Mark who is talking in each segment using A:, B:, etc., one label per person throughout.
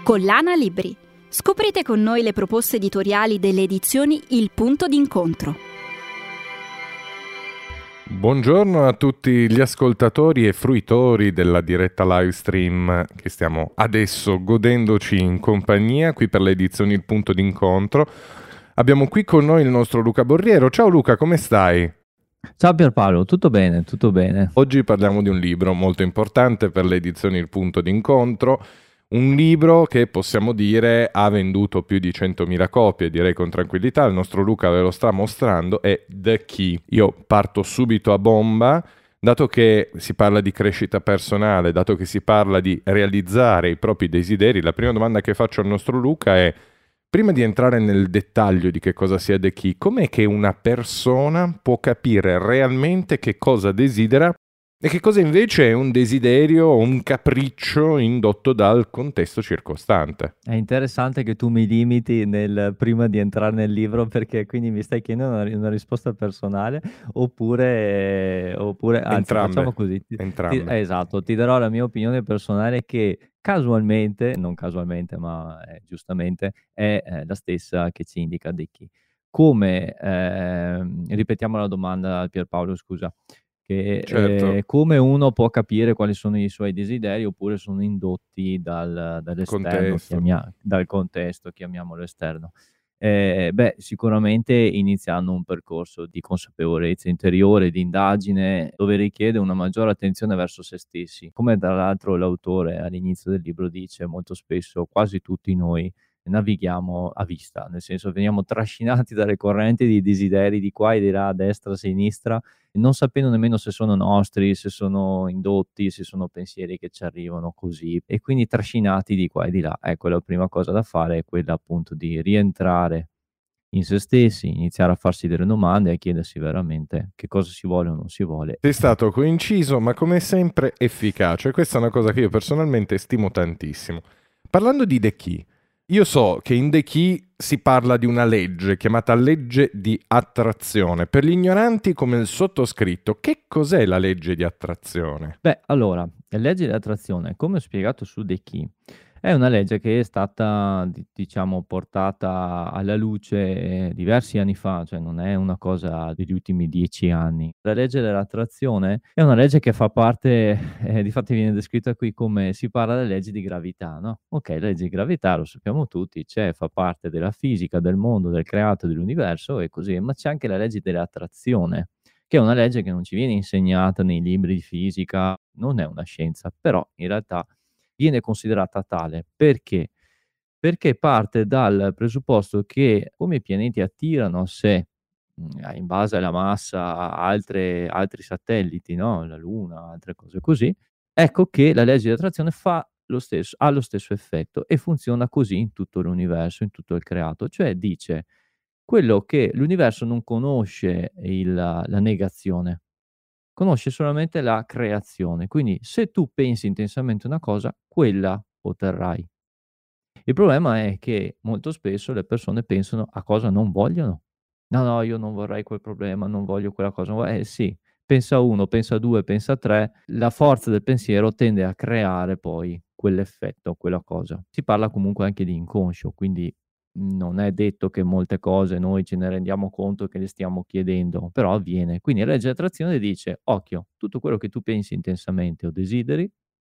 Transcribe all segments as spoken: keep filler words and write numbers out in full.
A: Collana Libri. Scoprite con noi le proposte editoriali delle edizioni Il Punto d'Incontro.
B: Buongiorno a tutti gli ascoltatori e fruitori della diretta live stream che stiamo adesso godendoci in compagnia qui per le edizioni Il Punto d'Incontro. Abbiamo qui con noi il nostro Luca Borriero. Ciao Luca, come stai?
C: Ciao Pierpaolo, tutto bene, tutto bene.
B: Oggi parliamo di un libro molto importante per le edizioni Il Punto d'Incontro, un libro che possiamo dire ha venduto più di centomila copie, direi con tranquillità. Il nostro Luca ve lo sta mostrando, è The Key. Io parto subito a bomba, dato che si parla di crescita personale, dato che si parla di realizzare i propri desideri. La prima domanda che faccio al nostro Luca è: prima di entrare nel dettaglio di che cosa sia The Key, com'è che una persona può capire realmente che cosa desidera e che cosa invece è un desiderio o un capriccio indotto dal contesto circostante?
C: È interessante che tu mi limiti nel, prima di entrare nel libro, perché quindi mi stai chiedendo una, una risposta personale oppure, oppure anzi,
B: Entrambe.
C: facciamo così. Ti,
B: Entrambe.
C: ti, eh, esatto, ti darò la mia opinione personale che casualmente, non casualmente ma eh, giustamente, è eh, la stessa che ci indica The Key. Come, ehm, ripetiamo la domanda Pierpaolo, scusa. Che,
B: Certo.
C: eh, come uno può capire quali sono i suoi desideri oppure sono indotti dal, dall'esterno,
B: Contesto.
C: chiamia- dal contesto, chiamiamolo esterno. Eh, beh, sicuramente iniziando un percorso di consapevolezza interiore, di indagine, dove richiede una maggiore attenzione verso se stessi. Come tra l'altro l'autore all'inizio del libro dice, molto spesso quasi tutti noi navighiamo a vista, nel senso veniamo trascinati dalle correnti di desideri di qua e di là, a destra, a sinistra, non sapendo nemmeno se sono nostri, se sono indotti, se sono pensieri che ci arrivano così, e quindi trascinati di qua e di là. Ecco, la prima cosa da fare è quella appunto di rientrare in se stessi, iniziare a farsi delle domande e chiedersi veramente che cosa si vuole o non si vuole.
B: Sei stato coinciso, ma come sempre efficace. Questa è una cosa che io personalmente stimo tantissimo. Parlando di The Key, io so che in The Key si parla di una legge chiamata legge di attrazione. Per gli ignoranti come il sottoscritto, che cos'è la legge di attrazione?
C: Beh, allora, la legge dell'attrazione, come ho spiegato su The Key, è una legge che è stata, di- diciamo, portata alla luce eh, diversi anni fa, cioè non è una cosa degli ultimi dieci anni. La legge dell'attrazione è una legge che fa parte, eh, difatti viene descritta qui come si parla delle leggi di gravità, no? Ok, la legge di gravità lo sappiamo tutti, c'è, fa parte della fisica, del mondo, del creato, dell'universo e così, ma c'è anche la legge dell'attrazione, che è una legge che non ci viene insegnata nei libri di fisica, non è una scienza, però in realtà viene considerata tale perché? Perché parte dal presupposto che come i pianeti attirano a sé, mhmm, in base alla massa, altre altri satelliti, no, la Luna, altre cose così, ecco che la legge di attrazione fa lo stesso ha lo stesso effetto e funziona così in tutto l'universo, in tutto il creato. Cioè dice quello che l'universo non conosce il la negazione, conosce solamente la creazione. Quindi se tu pensi intensamente una cosa, quella otterrai. Il problema è che molto spesso le persone pensano a cosa non vogliono. No, no, io non vorrei quel problema, non voglio quella cosa. non vo- Eh sì, pensa uno, pensa due, pensa tre, la forza del pensiero tende a creare poi quell'effetto, quella cosa. Si parla comunque anche di inconscio, quindi non è detto che molte cose noi ce ne rendiamo conto che le stiamo chiedendo, però avviene. Quindi la legge di attrazione dice, occhio, tutto quello che tu pensi intensamente o desideri,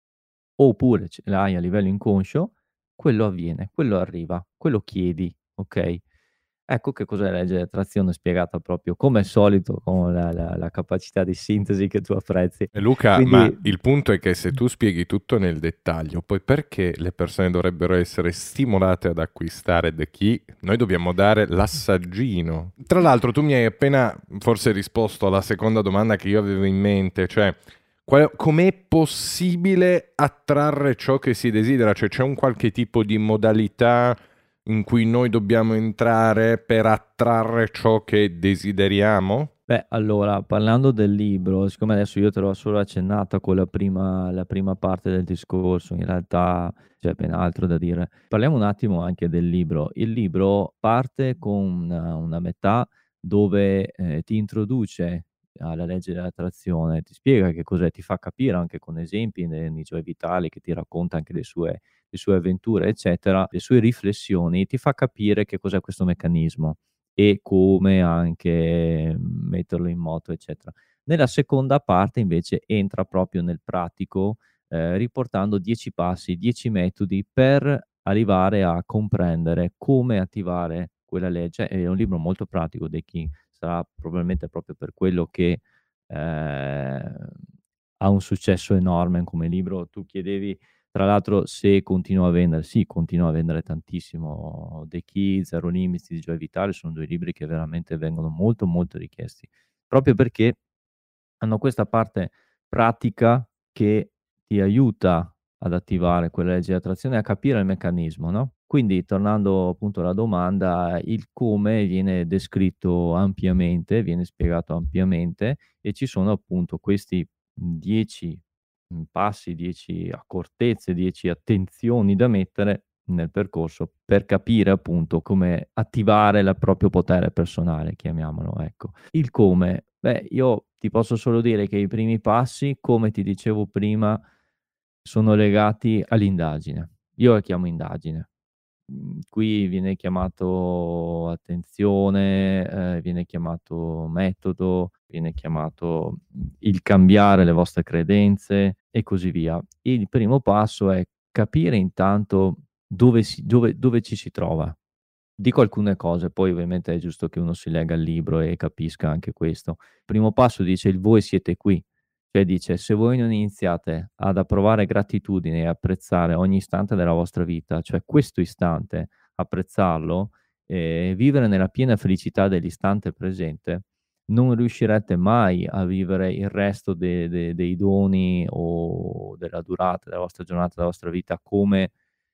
C: oppure ce l'hai a livello inconscio, quello avviene, quello arriva, quello chiedi, okay? Ecco che cos'è la legge dell'attrazione spiegata proprio come al solito con la la la capacità di sintesi che tu apprezzi.
B: E Luca, ma
C: Quindi
B: il punto è che se tu spieghi tutto nel dettaglio, poi perché le persone dovrebbero essere stimolate ad acquistare The Key? Noi dobbiamo dare l'assaggino. Tra l'altro tu mi hai appena forse risposto alla seconda domanda che io avevo in mente, cioè qual- com'è possibile attrarre ciò che si desidera? Cioè c'è un qualche tipo di modalità in cui noi dobbiamo entrare per attrarre ciò che desideriamo?
C: beh, allora parlando del libro, siccome adesso io te l'ho solo accennata con la prima la prima parte del discorso, in realtà c'è ben altro da dire. Parliamo un attimo anche del libro. Il libro parte con una una metà dove, ehm, ti introduce alla legge dell'attrazione, ti spiega che cos'è, ti fa capire anche con esempi ne nei suoi vitali, che ti racconta anche le sue le le sue avventure, eccetera, le sue riflessioni, ti fa capire che cos'è questo meccanismo e come anche metterlo in moto, eccetera. Nella seconda parte invece entra proprio nel pratico, eh, riportando dieci passi, dieci metodi per arrivare a comprendere come attivare quella legge. È un libro molto pratico, The Key, sarà probabilmente proprio per quello che eh, ha un successo enorme come libro. Tu chiedevi tra l'altro se continua a vendere, sì, continua a vendere tantissimo. The Key, Zero Limits di Joy Vitale sono due libri che veramente vengono molto molto richiesti, proprio perché hanno questa parte pratica che ti aiuta ad attivare quella legge di attrazione e a capire il meccanismo, no? Quindi, tornando appunto alla domanda, il come viene descritto ampiamente, viene spiegato ampiamente e ci sono appunto questi dieci mhmm, passi, dieci accortezze, dieci attenzioni da mettere nel percorso per capire appunto come attivare il proprio potere personale, chiamiamolo, ecco. Il come, beh, io ti posso solo dire che i primi passi, come ti dicevo prima, sono legati all'indagine. Io la chiamo indagine. Mhmm, qui viene chiamato attenzione, ehm, viene chiamato metodo, viene chiamato, mhmm, il cambiare le vostre credenze e così via. Il primo passo è capire intanto dove si dove dove ci si trova. Dico alcune cose, poi ovviamente è giusto che uno si legga il libro e capisca anche questo. Il primo passo dice: "Il voi siete qui", cioè dice: se voi non iniziate ad approvare gratitudine e apprezzare ogni istante della vostra vita, cioè questo istante, apprezzarlo e vivere nella piena felicità dell'istante presente, non riuscirete mai a vivere il resto de de dei doni o della durata della vostra giornata, della vostra vita come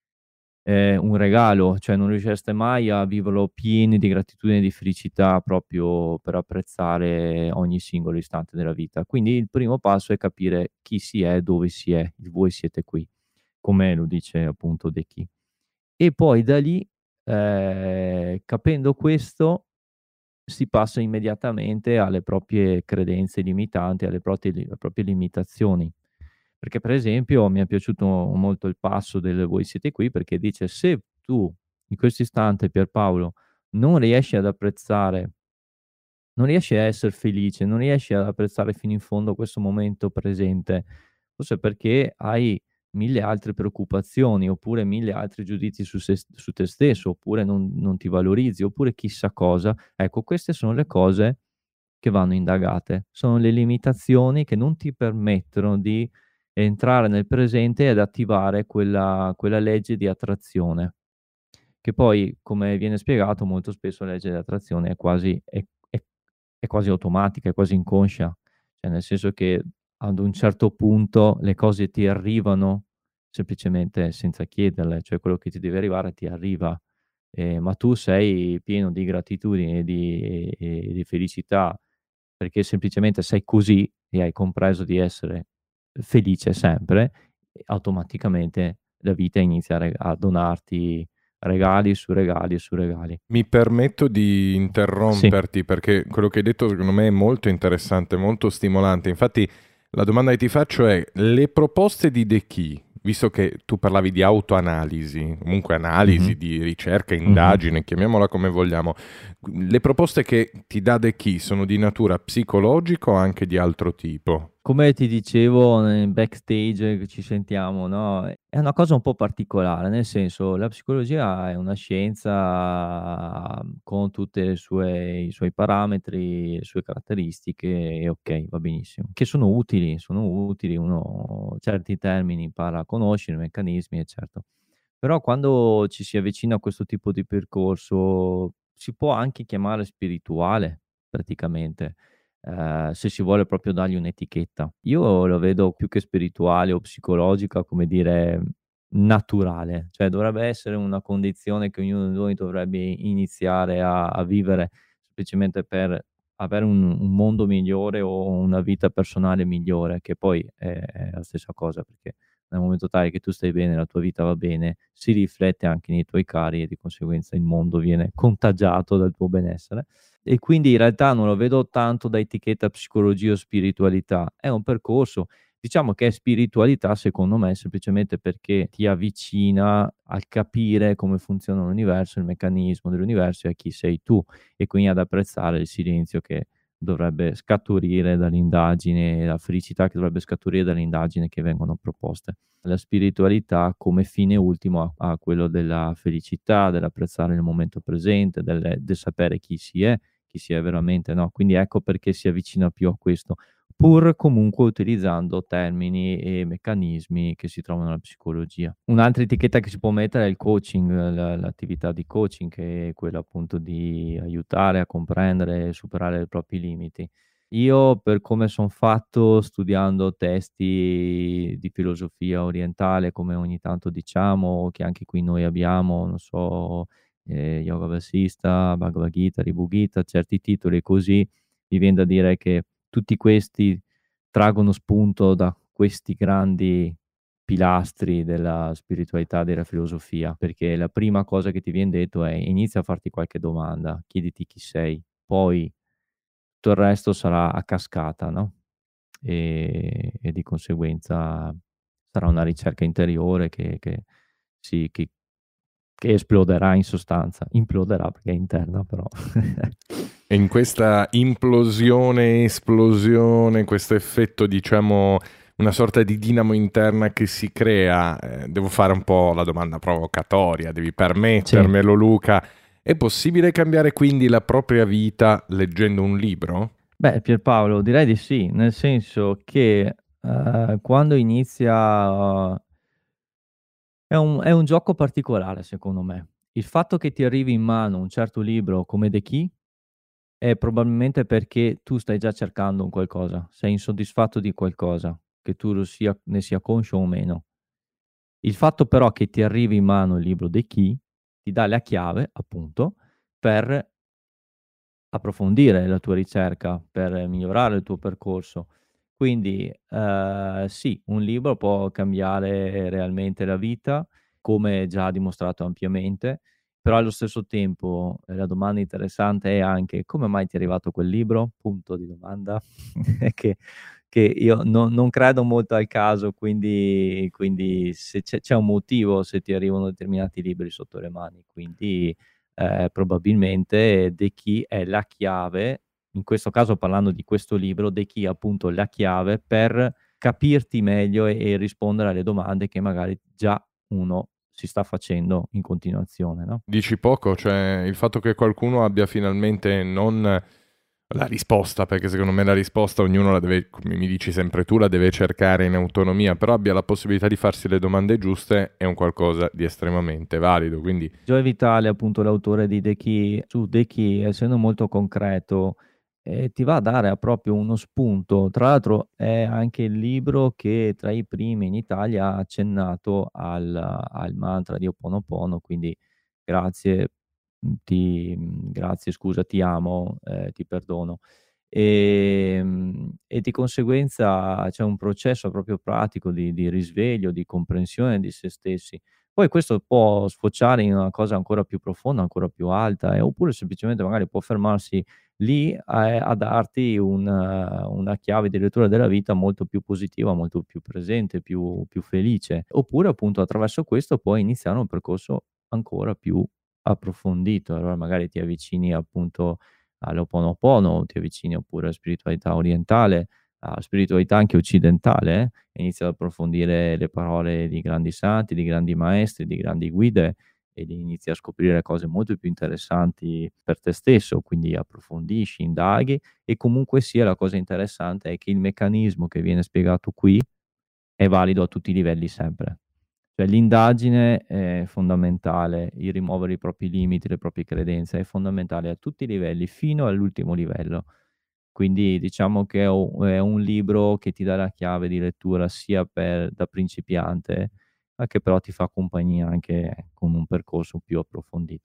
C: ehm, un regalo, cioè non riuscireste mai a viverlo pieni di gratitudine e di felicità proprio per apprezzare ogni singolo istante della vita. Quindi il primo passo è capire chi si è, dove si è, il voi siete qui, come lo dice appunto De Chi. E poi da lì, ehm, capendo questo, si passa immediatamente alle proprie credenze limitanti, alle proprie li proprie limitazioni. Perché per esempio mi è piaciuto molto il passo del "Voi siete qui" perché dice: "Se tu in questo istante, Pierpaolo, non riesci ad apprezzare, non riesci a esser felice, non riesci ad apprezzare fino in fondo questo momento presente, forse perché hai mille altre preoccupazioni, oppure mille altri giudizi su se s su te stesso, oppure non non ti valorizzi, oppure chissà cosa." Ecco, queste sono le cose che vanno indagate. Sono le limitazioni che non ti permettono di entrare nel presente ed attivare quella quella legge di attrazione, che poi, come viene spiegato, molto spesso la legge di attrazione è quasi è è è quasi automatica, è quasi inconscia, cioè nel senso che ad un certo punto le cose ti arrivano semplicemente senza chiederle, cioè quello che ti deve arrivare ti arriva, ehm, ma tu sei pieno di gratitudine e di e di felicità perché semplicemente sei così e hai compreso di essere felice sempre, e automaticamente la vita inizia a re a donarti regali su regali su regali.
B: Mi permetto di
C: Sì.
B: interromperti perché quello che hai detto secondo me è molto interessante, molto stimolante. Infatti la domanda che ti faccio è: le proposte di De Chi, visto che tu parlavi di autoanalisi, comunque analisi,
C: Mh-mh.
B: di ricerca,
C: Mh-mh.
B: indagine, chiamiamola come vogliamo, le proposte che ti dà De Chi sono di natura psicologica o anche di altro tipo?
C: Come ti dicevo nel backstage che ci sentiamo, no, è una cosa un po' particolare, nel senso, la psicologia è una scienza con tutte le sue i suoi parametri, le sue caratteristiche e okay, va benissimo. Che sono utili, sono utili, uno certi termini impara a conoscere, i meccanismi e certo. Però quando ci si avvicina a questo tipo di percorso, si può anche chiamare spirituale praticamente, ehm, se si vuole proprio dargli un'etichetta. Io lo vedo più che spirituale o psicologica, come dire, naturale, cioè dovrebbe essere una condizione che ognuno di noi dovrebbe iniziare a a vivere semplicemente per avere un un mondo migliore o una vita personale migliore, che poi è è la stessa cosa, perché nel momento tale che tu stai bene, la tua vita va bene, si riflette anche nei tuoi cari e di conseguenza il mondo viene contagiato dal tuo benessere. E quindi in realtà non lo vedo tanto da etichetta psicologia o spiritualità, è un percorso. Diciamo che è spiritualità, secondo me, semplicemente perché ti avvicina al capire come funziona l'universo, il meccanismo dell'universo e a chi sei tu, e quindi ad apprezzare il silenzio che dovrebbe scaturire dall'indagine, la felicità che dovrebbe scaturire dalle indagini che vengono proposte. La spiritualità come fine ultimo ha, ha quello della felicità, dell'apprezzare il momento presente, del, del sapere chi si è, chi si è veramente, no? Quindi ecco perché si avvicina più a questo, pur comunque utilizzando termini e meccanismi che si trovano nella psicologia. Un'altra etichetta che si può mettere è il coaching, la- l'attività di coaching, che è quella appunto di aiutare a comprendere e superare i propri limiti. Io, per come son fatto, studiando testi di filosofia orientale, come ogni tanto diciamo, che anche qui noi abbiamo, non so, ehm, Yoga Vasista, Bhagavad Gita, Ribhu Gita, certi titoli così, mi vien da dire che tutti questi traggono spunto da questi grandi pilastri della spiritualità, della filosofia, perché la prima cosa che ti vien detto è: inizia a farti qualche domanda, chiediti chi sei, poi tutto il resto sarà a cascata, no, ehm, e di conseguenza sarà una ricerca interiore che che sì, che che esploderà in sostanza. Imploderà perché è interna però.
B: E in questa implosione, esplosione, questo effetto, diciamo, una sorta di dinamo interna che si crea, eh, devo fare un po' la domanda provocatoria, devi
C: Sì.
B: permettermelo, Luca. È possibile cambiare quindi la propria vita leggendo un libro?
C: Beh, Pierpaolo, direi di sì, nel senso che, ehm, quando inizia è un è un gioco particolare secondo me. Il fatto che ti arrivi in mano un certo libro come The Key è probabilmente perché tu stai già cercando un qualcosa, sei insoddisfatto di qualcosa, che tu lo sia ne sia conscio o meno. Il fatto però che ti arrivi in mano il libro The Key ti dà la chiave, appunto, per approfondire la tua ricerca, per migliorare il tuo percorso. Quindi, ehm, sì, un libro può cambiare realmente la vita, come già dimostrato ampiamente, però allo stesso tempo, ehm, la domanda interessante è anche: come mai ti è arrivato quel libro? Punto di domanda. Che che io non non credo molto al caso, quindi quindi se c'è c'è un motivo se ti arrivano determinati libri sotto le mani, quindi ehm, probabilmente The Key è la chiave, in questo caso parlando di questo libro, The Key è appunto la chiave per capirti meglio e e rispondere alle domande che magari già uno si sta facendo in continuazione, no?
B: Dici poco, cioè il fatto che qualcuno abbia finalmente non la risposta, perché secondo me la risposta ognuno la deve, come mi dici sempre tu, la deve cercare in autonomia, però abbia la possibilità di farsi le domande giuste è un qualcosa di estremamente valido, quindi
C: Joe Vitale, appunto l'autore di The Key, su The Key, essendo molto concreto, ehm, ti va a dare a proprio uno spunto. Tra l'altro è anche il libro che tra i primi in Italia ha accennato al al mantra di Ho'oponopono, quindi grazie, mhmm, ti mhmm, grazie, scusa, ti amo, ehm, ti perdono. Ehm, e di conseguenza c'è un processo proprio pratico di di risveglio, di comprensione di se stessi. Poi questo può sfociare in una cosa ancora più profonda, ancora più alta, eh, oppure semplicemente magari può fermarsi lì a a darti un una chiave di lettura della vita molto più positiva, molto più presente, più più felice. Oppure appunto attraverso questo puoi iniziare un percorso ancora più approfondito. Allora magari ti avvicini appunto all'Ho'oponopono, ti avvicini oppure alla spiritualità orientale, a spiritualità anche occidentale, eh, e inizi ad approfondire le parole di grandi santi, di grandi maestri, di grandi guide ed inizi a scoprire cose molto più interessanti per te stesso, quindi approfondisci, indaghi e comunque sia la cosa interessante è che il meccanismo che viene spiegato qui è valido a tutti i livelli sempre. Cioè l'indagine è fondamentale, il rimuovere i propri limiti, le proprie credenze è fondamentale a tutti i livelli, fino all'ultimo livello. Quindi diciamo che è u è un libro che ti dà la chiave di lettura sia per da principiante, ma che però ti fa compagnia anche con un percorso più approfondito.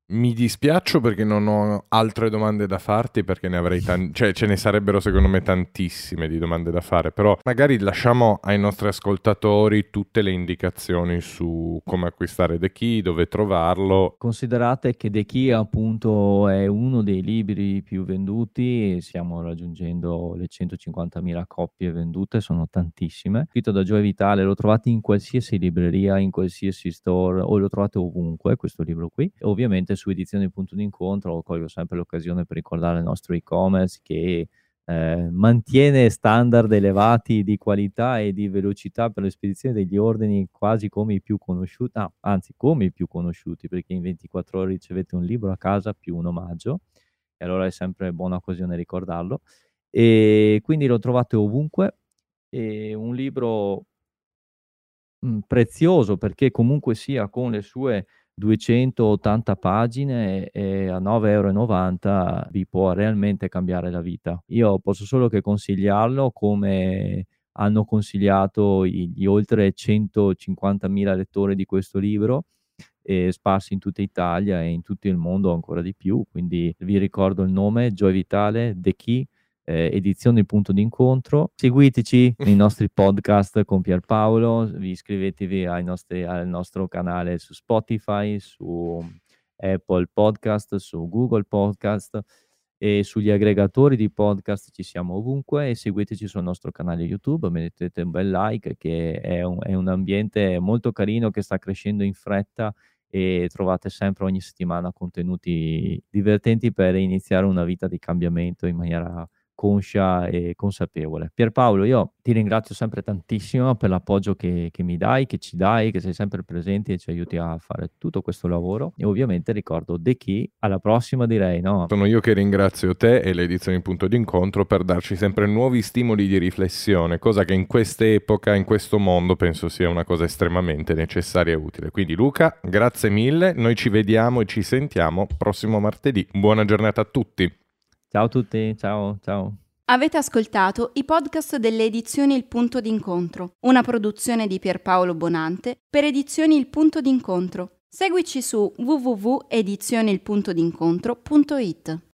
B: Mi dispiaccio perché non ho altre domande da farti, perché ne avrei tan- cioè ce ne sarebbero secondo me tantissime di domande da fare, però magari lasciamo ai nostri ascoltatori tutte le indicazioni su come acquistare The Key, dove trovarlo.
C: Considerate che The Key appunto è uno dei libri più venduti e stiamo raggiungendo le centocinquantamila copie vendute, sono tantissime. Scritto da Gioia Vitale, lo trovate in qualsiasi libreria, in qualsiasi store, o lo trovate ovunque questo libro qui. E ovviamente su Edizioni Punto d'Incontro colgo sempre l'occasione per ricordare il nostro e-commerce che eh, mantiene standard elevati di qualità e di velocità per le spedizioni degli ordini quasi come i più conosciuti, ah, anzi come i più conosciuti, perché in ventiquattro ore ricevete un libro a casa più un omaggio, e allora è sempre buona occasione ricordarlo. E quindi lo trovate ovunque, è un libro mh, prezioso perché comunque sia con le sue duecentottanta pagine e a nove e novanta euro vi può realmente cambiare la vita. Io posso solo che consigliarlo, come hanno consigliato i- gli oltre centocinquantamila lettori di questo libro, eh, sparsi in tutta Italia e in tutto il mondo ancora di più. Quindi vi ricordo il nome: Gioia Vitale, The Key, eh, edizione Il Punto d'Incontro. Seguiteci nei nostri podcast con Pierpaolo, vi iscrivetevi ai nostri, al nostro canale su Spotify, su Apple Podcast, su Google Podcast e sugli aggregatori di podcast ci siamo ovunque, e seguiteci sul nostro canale YouTube, mettete un bel like, che è un, è un ambiente molto carino che sta crescendo in fretta e trovate sempre ogni settimana contenuti divertenti per iniziare una vita di cambiamento in maniera conscia e consapevole. Pierpaolo, io ti ringrazio sempre tantissimo per l'appoggio che, che mi dai, che ci dai, che sei sempre presente e ci aiuti a fare tutto questo lavoro. E ovviamente ricordo The Key, alla prossima direi, no?
B: Sono io che ringrazio te e le edizioni Punto d'Incontro per darci sempre nuovi stimoli di riflessione, cosa che in quest'epoca, in questo mondo, penso sia una cosa estremamente necessaria e utile. Quindi Luca, grazie mille, noi ci vediamo e ci sentiamo prossimo martedì. Buona giornata a tutti.
C: Ciao a tutti, ciao, ciao.
A: Avete ascoltato i podcast delle edizioni Il Punto d'Incontro, una produzione di Pierpaolo Bonante per edizioni Il Punto d'Incontro. Seguici su w w w punto edizioni il punto d'incontro punto it.